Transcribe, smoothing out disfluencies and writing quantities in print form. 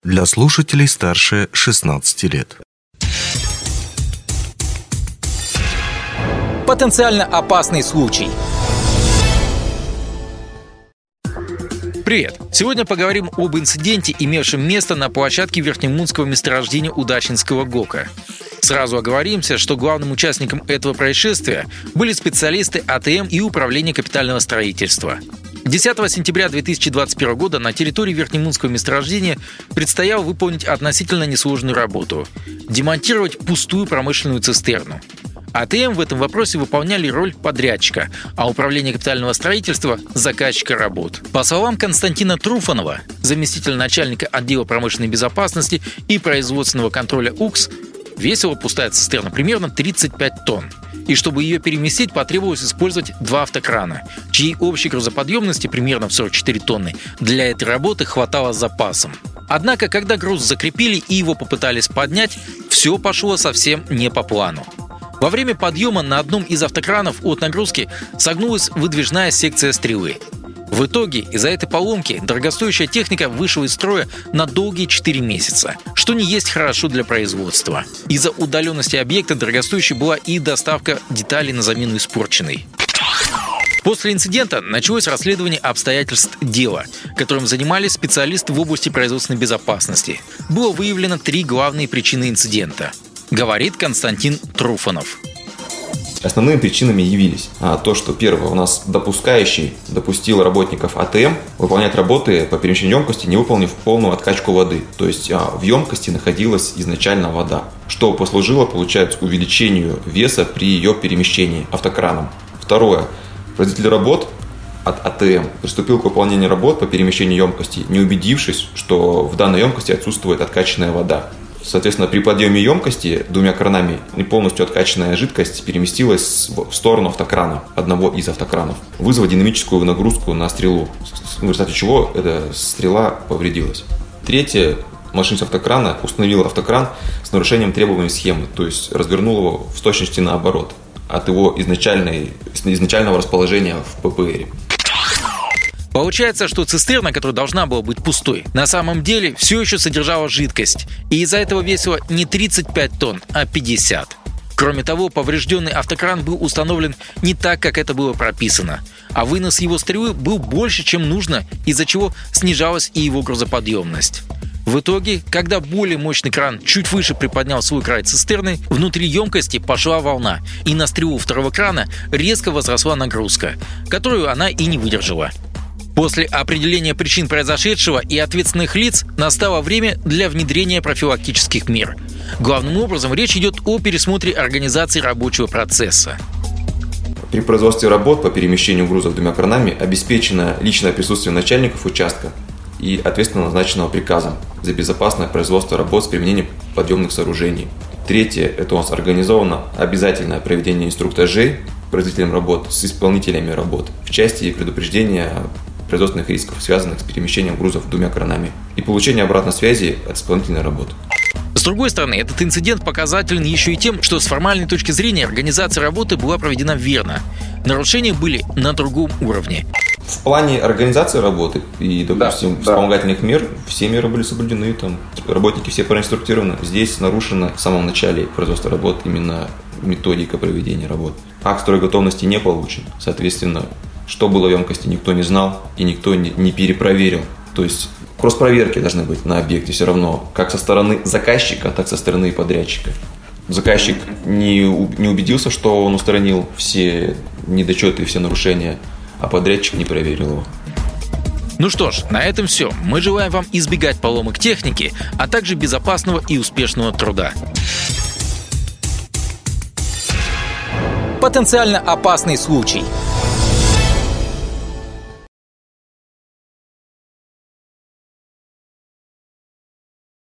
Для слушателей старше 16 лет. Потенциально опасный случай. Привет! Сегодня поговорим об инциденте, имевшем место на площадке Верхнемунского месторождения Удачинского ГОКа. Сразу оговоримся, что главным участником этого происшествия были специалисты АТМ и Управления капитального строительства. 10 сентября 2021 года на территории Верхнемунского месторождения предстояло выполнить относительно несложную работу – демонтировать пустую промышленную цистерну. АТМ в этом вопросе выполняли роль подрядчика, а Управление капитального строительства – заказчика работ. По словам Константина Труфанова, заместителя начальника отдела промышленной безопасности и производственного контроля УКС, весила пустая цистерна примерно 35 тонн. И чтобы ее переместить, потребовалось использовать 2 автокрана, чьей общей грузоподъемности примерно в 44 тонны для этой работы хватало с запасом. Однако, когда груз закрепили и его попытались поднять, все пошло совсем не по плану. Во время подъема на одном из автокранов от нагрузки согнулась выдвижная секция стрелы. В итоге из-за этой поломки дорогостоящая техника вышла из строя на долгие 4 месяца, что не есть хорошо для производства. Из-за удаленности объекта дорогостоящей была и доставка деталей на замену испорченной. После инцидента началось расследование обстоятельств дела, которым занимались специалисты в области производственной безопасности. Было выявлено 3 главные причины инцидента, говорит Константин Труфанов. Основными причинами явились то, что первое, у нас допускающий допустил работников АТМ выполнять работы по перемещению емкости, не выполнив полную откачку воды. То есть в емкости находилась изначально вода, что послужило, получается, увеличению веса при ее перемещении автокраном. Второе, производитель работ от АТМ приступил к выполнению работ по перемещению емкости, не убедившись, что в данной емкости отсутствует откачанная вода. Соответственно, при подъеме емкости 2 кранами не полностью откачанная жидкость переместилась в сторону автокрана, одного из автокранов, вызвав динамическую нагрузку на стрелу, в результате чего эта стрела повредилась. Третье. Машинист автокрана установил автокран с нарушением требований схемы, то есть развернул его в точности наоборот от его изначального расположения в ППР. Получается, что цистерна, которая должна была быть пустой, на самом деле все еще содержала жидкость, и из-за этого весила не 35 тонн, а 50. Кроме того, поврежденный автокран был установлен не так, как это было прописано, а вынос его стрелы был больше, чем нужно, из-за чего снижалась и его грузоподъемность. В итоге, когда более мощный кран чуть выше приподнял свой край цистерны, внутри емкости пошла волна, и на стрелу второго крана резко возросла нагрузка, которую она и не выдержала. После определения причин произошедшего и ответственных лиц настало время для внедрения профилактических мер. Главным образом речь идет о пересмотре организации рабочего процесса. При производстве работ по перемещению грузов 2 кранами обеспечено личное присутствие начальников участка и ответственно назначенного приказом за безопасное производство работ с применением подъемных сооружений. Третье – это у нас организовано обязательное проведение инструктажей производителям работ с исполнителями работ в части предупреждения производственных рисков, связанных с перемещением грузов 2 кранами, и получение обратной связи от исполнительной работы. С другой стороны, этот инцидент показателен еще и тем, что с формальной точки зрения организация работы была проведена верно. Нарушения были на другом уровне. В плане организации работы и, допустим, вспомогательных мер, все меры были соблюдены, там, работники все проинструктированы. Здесь нарушена в самом начале производства работ именно методика проведения работ. Акт стройготовности не получен, соответственно, что было в емкости, никто не знал и никто не перепроверил. То есть кросс-проверки должны быть на объекте все равно, как со стороны заказчика, так и со стороны подрядчика. Заказчик не убедился, что он устранил все недочеты и все нарушения, а подрядчик не проверил его. Ну что ж, на этом все. Мы желаем вам избегать поломок техники, а также безопасного и успешного труда. Потенциально опасный случай.